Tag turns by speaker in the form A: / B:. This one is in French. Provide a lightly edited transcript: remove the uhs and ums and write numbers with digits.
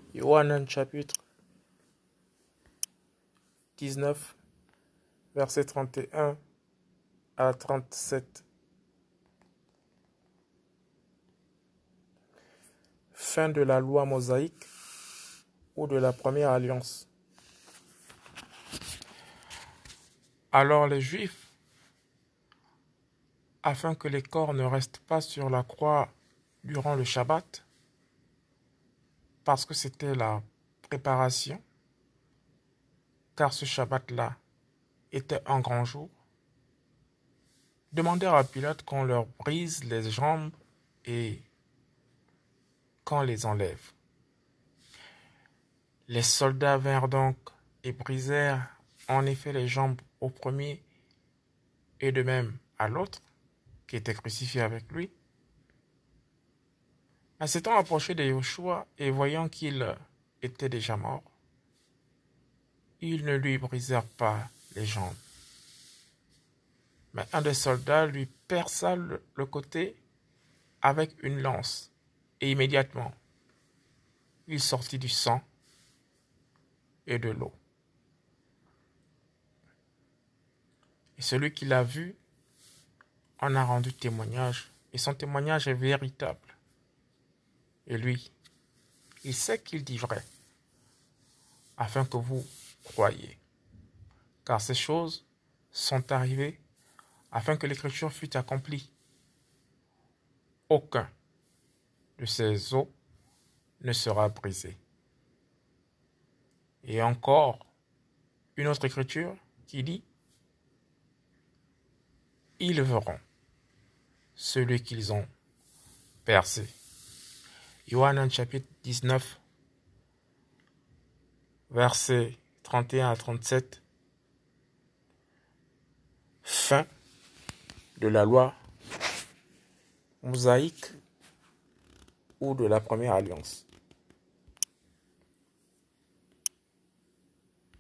A: Yohanan chapitre 19, versets 31 à 37. Fin de la loi mosaïque ou de la première alliance. Alors les Juifs, afin que les corps ne restent pas sur la croix durant le Shabbat, parce que c'était la préparation, car ce Shabbat-là était un grand jour, demandèrent à Pilate qu'on leur brise les jambes et qu'on les enlève. Les soldats vinrent donc et brisèrent en effet les jambes au premier et de même à l'autre, qui était crucifié avec lui. Mais s'étant approchés de Yoshua et voyant qu'il était déjà mort, ils ne lui brisèrent pas les jambes. Mais un des soldats lui perça le côté avec une lance, et immédiatement, il sortit du sang et de l'eau. Et celui qui l'a vu en a rendu témoignage, et son témoignage est véritable. Et lui, il sait qu'il dit vrai, afin que vous croyiez. Car ces choses sont arrivées afin que l'écriture fût accomplie. Aucun de ces os ne sera brisé. Et encore une autre écriture qui dit: ils verront celui qu'ils ont percé. Yohanan chapitre 19, versets 31 à 37. Fin de la loi mosaïque ou de la première alliance.